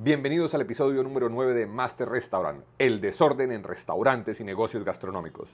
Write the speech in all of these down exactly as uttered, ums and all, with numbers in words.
Bienvenidos al episodio número nueve de Master Restaurant, el desorden en restaurantes y negocios gastronómicos.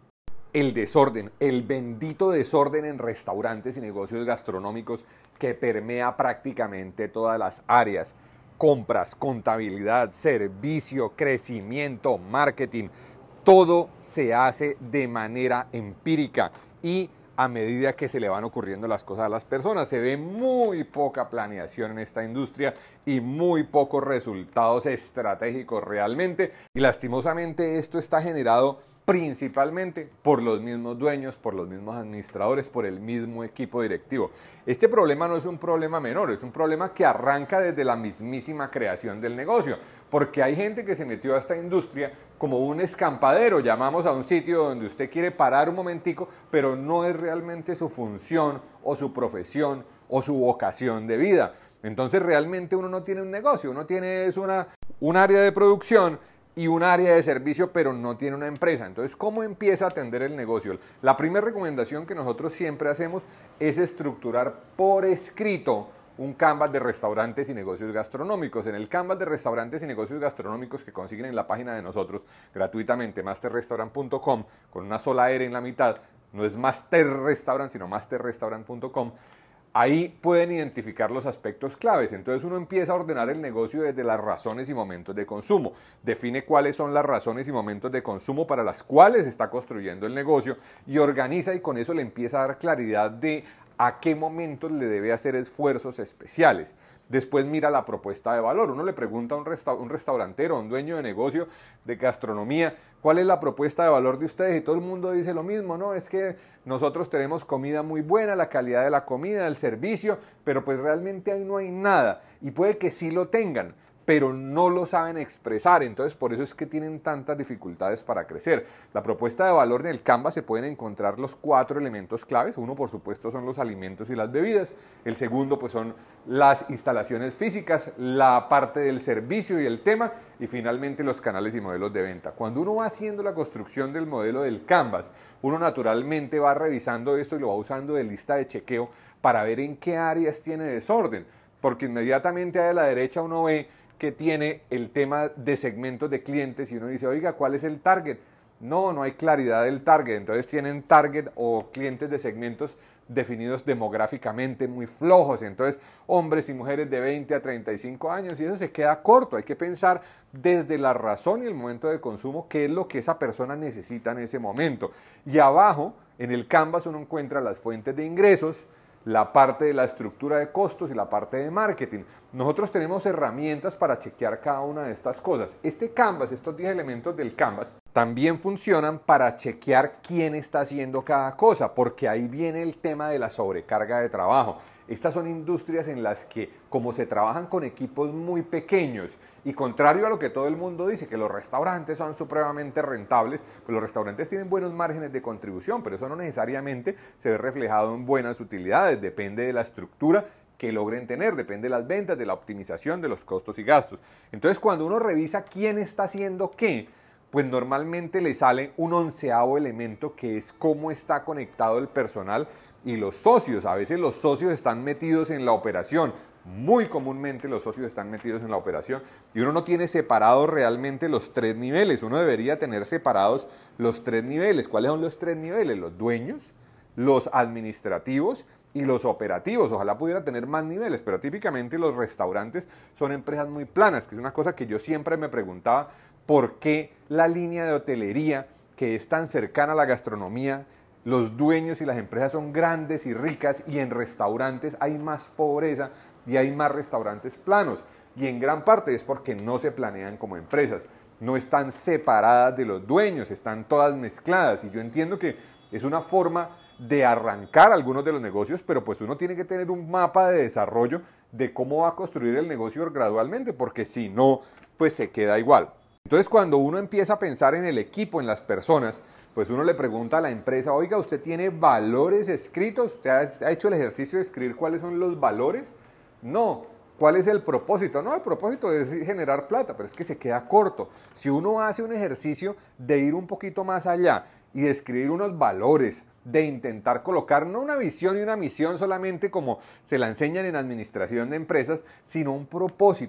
El desorden, el bendito desorden en restaurantes y negocios gastronómicos que permea prácticamente todas las áreas: compras, contabilidad, servicio, crecimiento, marketing. Todo se hace de manera empírica y a medida que se le van ocurriendo las cosas a las personas. Se ve muy poca planeación en esta industria y muy pocos resultados estratégicos realmente. Y lastimosamente esto está generado principalmente por los mismos dueños, por los mismos administradores, por el mismo equipo directivo. Este problema no es un problema menor, es un problema que arranca desde la mismísima creación del negocio, porque hay gente que se metió a esta industria como un escampadero. Llamamos a un sitio donde usted quiere parar un momentico, pero no es realmente su función o su profesión o su vocación de vida. Entonces realmente uno no tiene un negocio, uno tiene es una, un área de producción y un área de servicio, pero no tiene una empresa. Entonces, ¿cómo empieza a atender el negocio? La primera recomendación que nosotros siempre hacemos es estructurar por escrito un Canvas de restaurantes y negocios gastronómicos. En el Canvas de restaurantes y negocios gastronómicos que consiguen en la página de nosotros gratuitamente, master restaurant punto com, con una sola R en la mitad, no es Master Restaurant, sino master restaurant punto com, ahí pueden identificar los aspectos claves. Entonces uno empieza a ordenar el negocio desde las razones y momentos de consumo. Define cuáles son las razones y momentos de consumo para las cuales está construyendo el negocio y organiza, y con eso le empieza a dar claridad de a qué momentos le debe hacer esfuerzos especiales. Después mira la propuesta de valor. Uno le pregunta a un, resta un restaurantero, a un dueño de negocio de gastronomía, ¿cuál es la propuesta de valor de ustedes? Y todo el mundo dice lo mismo, ¿no? Es que nosotros tenemos comida muy buena, la calidad de la comida, el servicio, pero pues realmente ahí no hay nada. Y puede que sí lo tengan, pero no lo saben expresar. Entonces por eso es que tienen tantas dificultades para crecer. La propuesta de valor en el Canvas se pueden encontrar los cuatro elementos claves. Uno, por supuesto, son los alimentos y las bebidas. El segundo, pues, son las instalaciones físicas, la parte del servicio y el tema, y finalmente los canales y modelos de venta. Cuando uno va haciendo la construcción del modelo del Canvas, uno naturalmente va revisando esto y lo va usando de lista de chequeo para ver en qué áreas tiene desorden, porque inmediatamente a la derecha uno ve que tiene el tema de segmentos de clientes y uno dice, oiga, ¿cuál es el target? No, no hay claridad del target. Entonces tienen target o clientes de segmentos definidos demográficamente muy flojos. Entonces, hombres y mujeres de veinte a treinta y cinco años, y eso se queda corto. Hay que pensar desde la razón y el momento de consumo qué es lo que esa persona necesita en ese momento. Y abajo, en el Canvas, uno encuentra las fuentes de ingresos, la parte de la estructura de costos y la parte de marketing. Nosotros tenemos herramientas para chequear cada una de estas cosas. Este Canvas, estos diez elementos del Canvas, también funcionan para chequear quién está haciendo cada cosa, porque ahí viene el tema de la sobrecarga de trabajo. Estas son industrias en las que, como se trabajan con equipos muy pequeños, y contrario a lo que todo el mundo dice, que los restaurantes son supremamente rentables, pues los restaurantes tienen buenos márgenes de contribución, pero eso no necesariamente se ve reflejado en buenas utilidades. Depende de la estructura que logren tener, depende de las ventas, de la optimización de los costos y gastos. Entonces, cuando uno revisa quién está haciendo qué, pues normalmente le sale un onceavo elemento, que es cómo está conectado el personal y los socios. A veces los socios están metidos en la operación, muy comúnmente los socios están metidos en la operación, y uno no tiene separados realmente los tres niveles. Uno debería tener separados los tres niveles. ¿Cuáles son los tres niveles? Los dueños, los administrativos y los operativos. Ojalá pudiera tener más niveles, pero típicamente los restaurantes son empresas muy planas, que es una cosa que yo siempre me preguntaba: ¿por qué la línea de hotelería, que es tan cercana a la gastronomía, los dueños y las empresas son grandes y ricas, y en restaurantes hay más pobreza y hay más restaurantes planos? Y en gran parte es porque no se planean como empresas, no están separadas de los dueños, están todas mezcladas. Y yo entiendo que es una forma de arrancar algunos de los negocios, pero pues uno tiene que tener un mapa de desarrollo de cómo va a construir el negocio gradualmente, porque si no, pues se queda igual. Entonces, cuando uno empieza a pensar en el equipo, en las personas, pues uno le pregunta a la empresa, oiga, ¿usted tiene valores escritos? ¿Usted ha hecho el ejercicio de escribir cuáles son los valores? No. ¿Cuál es el propósito? No, el propósito es generar plata, pero es que se queda corto. Si uno hace un ejercicio de ir un poquito más allá y de escribir unos valores, de intentar colocar no una visión y una misión solamente como se la enseñan en administración de empresas, sino un propósito.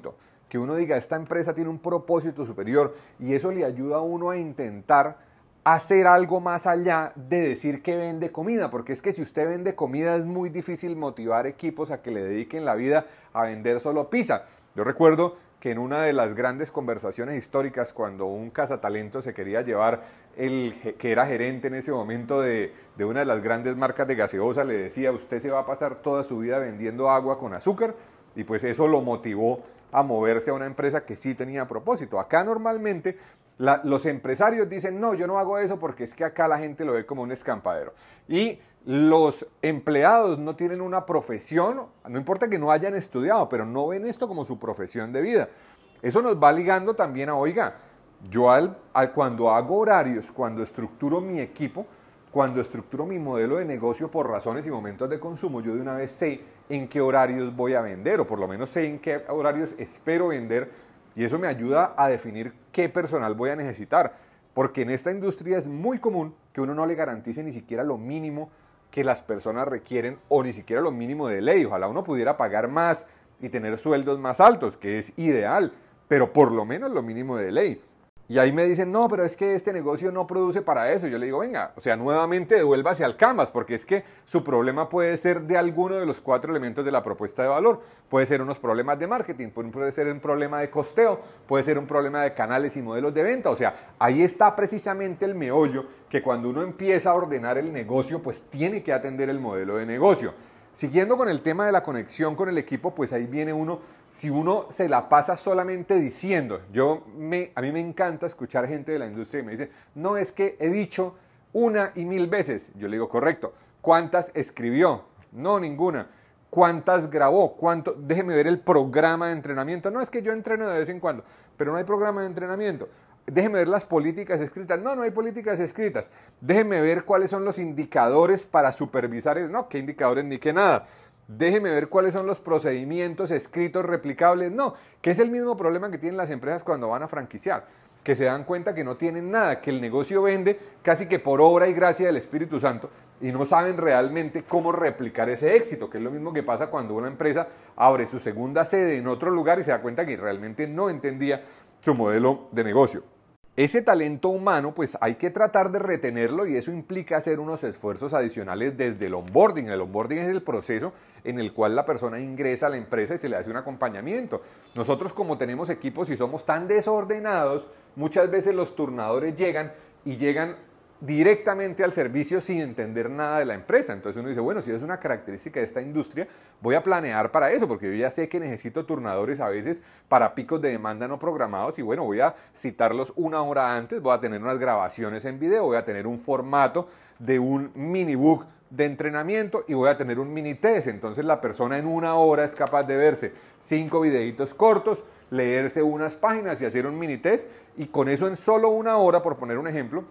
que uno diga, esta empresa tiene un propósito superior y eso le ayuda a uno a intentar hacer algo más allá de decir que vende comida, porque es que si usted vende comida es muy difícil motivar equipos a que le dediquen la vida a vender solo pizza. Yo recuerdo que en una de las grandes conversaciones históricas, cuando un cazatalento se quería llevar, el que era gerente en ese momento de, de una de las grandes marcas de gaseosa, le decía, usted se va a pasar toda su vida vendiendo agua con azúcar, y pues eso lo motivó a moverse a una empresa que sí tenía propósito. Acá normalmente la, los empresarios dicen, no, yo no hago eso porque es que acá la gente lo ve como un escampadero. Y los empleados no tienen una profesión, no importa que no hayan estudiado, pero no ven esto como su profesión de vida. Eso nos va ligando también a, oiga, yo al, al, cuando hago horarios, cuando estructuro mi equipo, cuando estructuro mi modelo de negocio por razones y momentos de consumo, yo de una vez sé en qué horarios voy a vender, o por lo menos sé en qué horarios espero vender, y eso me ayuda a definir qué personal voy a necesitar, porque en esta industria es muy común que uno no le garantice ni siquiera lo mínimo que las personas requieren, o ni siquiera lo mínimo de ley. Ojalá uno pudiera pagar más y tener sueldos más altos, que es ideal, pero por lo menos lo mínimo de ley. Y ahí me dicen, no, pero es que este negocio no produce para eso. Yo le digo, venga, o sea, nuevamente devuélvase al Canvas, porque es que su problema puede ser de alguno de los cuatro elementos de la propuesta de valor. Puede ser unos problemas de marketing, puede ser un problema de costeo, puede ser un problema de canales y modelos de venta. O sea, ahí está precisamente el meollo, que cuando uno empieza a ordenar el negocio, pues tiene que atender el modelo de negocio. Siguiendo con el tema de la conexión con el equipo, pues ahí viene uno, si uno se la pasa solamente diciendo, yo me, a mí me encanta escuchar gente de la industria y me dice, no, es que he dicho una y mil veces. Yo le digo, correcto. ¿Cuántas escribió? No, ninguna. ¿Cuántas grabó? ¿Cuánto? Déjeme ver el programa de entrenamiento. No, es que yo entreno de vez en cuando, pero no hay programa de entrenamiento. Déjeme ver las políticas escritas. No, no hay políticas escritas. Déjeme ver cuáles son los indicadores para supervisar. No, qué indicadores ni qué nada. Déjeme ver cuáles son los procedimientos escritos replicables. No, que es el mismo problema que tienen las empresas cuando van a franquiciar, que se dan cuenta que no tienen nada, que el negocio vende casi que por obra y gracia del Espíritu Santo y no saben realmente cómo replicar ese éxito, que es lo mismo que pasa cuando una empresa abre su segunda sede en otro lugar y se da cuenta que realmente no entendía su modelo de negocio. Ese talento humano, pues hay que tratar de retenerlo y eso implica hacer unos esfuerzos adicionales desde el onboarding. El onboarding es el proceso en el cual la persona ingresa a la empresa y se le hace un acompañamiento. Nosotros, como tenemos equipos y somos tan desordenados, muchas veces los turnadores llegan y llegan directamente al servicio sin entender nada de la empresa. Entonces uno dice, bueno, si es una característica de esta industria, voy a planear para eso, porque yo ya sé que necesito turnadores a veces para picos de demanda no programados y bueno, voy a citarlos una hora antes, voy a tener unas grabaciones en video, voy a tener un formato de un mini book de entrenamiento y voy a tener un mini test. Entonces la persona en una hora es capaz de verse cinco videitos cortos, leerse unas páginas y hacer un mini test, y con eso en solo una hora, por poner un ejemplo,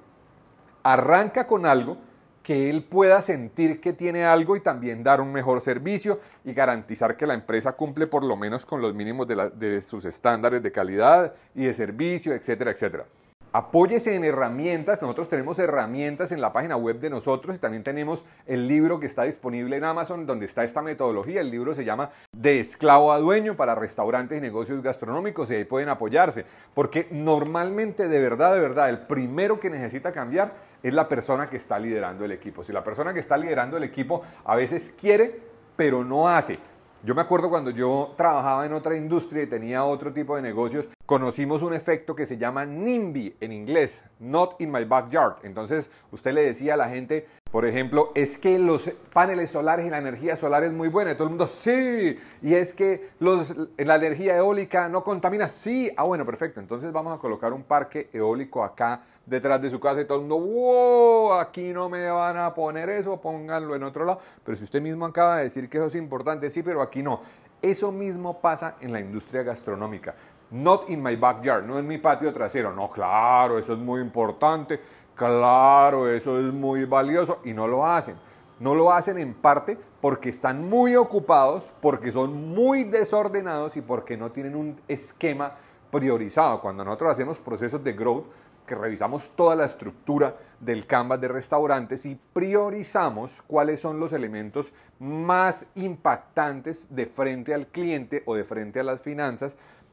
arranca con algo que él pueda sentir que tiene algo y también dar un mejor servicio y garantizar que la empresa cumple por lo menos con los mínimos de, la, de sus estándares de calidad y de servicio, etcétera, etcétera. Apóyese en herramientas. Nosotros tenemos herramientas en la página web de nosotros y también tenemos el libro que está disponible en Amazon donde está esta metodología. El libro se llama De esclavo a dueño para restaurantes y negocios gastronómicos y ahí pueden apoyarse, porque normalmente, de verdad, de verdad, el primero que necesita cambiar es la persona que está liderando el equipo. Si la persona que está liderando el equipo a veces quiere, pero no hace. Yo me acuerdo cuando yo trabajaba en otra industria y tenía otro tipo de negocios, conocimos un efecto que se llama NIMBY en inglés, Not in my backyard. Entonces usted le decía a la gente, por ejemplo, es que los paneles solares y la energía solar es muy buena. Y todo el mundo, sí. Y es que los, la energía eólica no contamina, sí. Ah, bueno, perfecto. Entonces vamos a colocar un parque eólico acá detrás de su casa y todo el mundo, wow, aquí no me van a poner eso, pónganlo en otro lado. Pero si usted mismo acaba de decir que eso es importante, sí, pero aquí no. Eso mismo pasa en la industria gastronómica. Not in my backyard, no en mi patio trasero. No, claro, eso es muy importante, claro, eso es muy valioso, y no lo hacen. No lo hacen en parte porque están muy ocupados, porque son muy desordenados y porque no tienen un esquema priorizado. Cuando nosotros hacemos procesos de growth, que revisamos toda la estructura del Canvas de restaurantes y priorizamos cuáles son los elementos más impactantes de frente al cliente o de frente a las finanzas,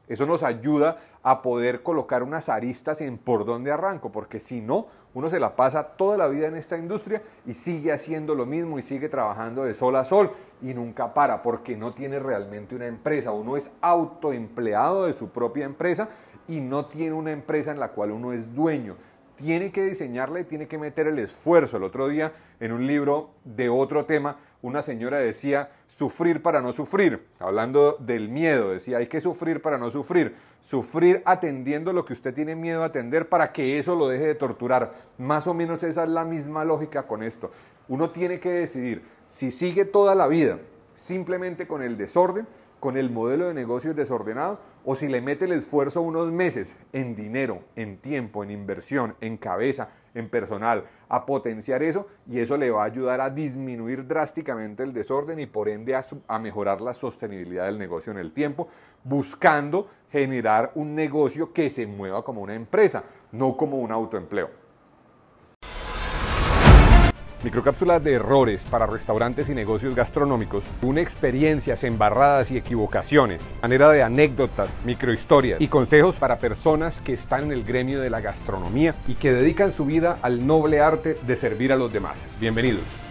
Eso nos ayuda a poder colocar unas aristas en por dónde arranco, porque si no, uno se la pasa toda la vida en esta industria y sigue haciendo lo mismo y sigue trabajando de sol a sol y nunca para, porque no tiene realmente una empresa. Uno es autoempleado de su propia empresa y no tiene una empresa en la cual uno es dueño. Tiene que diseñarla y tiene que meter el esfuerzo. El otro día, en un libro de otro tema, una señora decía, sufrir para no sufrir, hablando del miedo, decía, hay que sufrir para no sufrir, sufrir atendiendo lo que usted tiene miedo a atender para que eso lo deje de torturar. Más o menos esa es la misma lógica con esto. Uno tiene que decidir si sigue toda la vida simplemente con el desorden, con el modelo de negocios desordenado, o si le mete el esfuerzo unos meses en dinero, en tiempo, en inversión, en cabeza, en personal, a potenciar eso, y eso le va a ayudar a disminuir drásticamente el desorden y por ende a, a mejorar la sostenibilidad del negocio en el tiempo, buscando generar un negocio que se mueva como una empresa, no como un autoempleo. Microcápsulas de errores para restaurantes y negocios gastronómicos, una experiencias, embarradas y equivocaciones, manera de anécdotas, microhistorias y consejos para personas que están en el gremio de la gastronomía y que dedican su vida al noble arte de servir a los demás. Bienvenidos.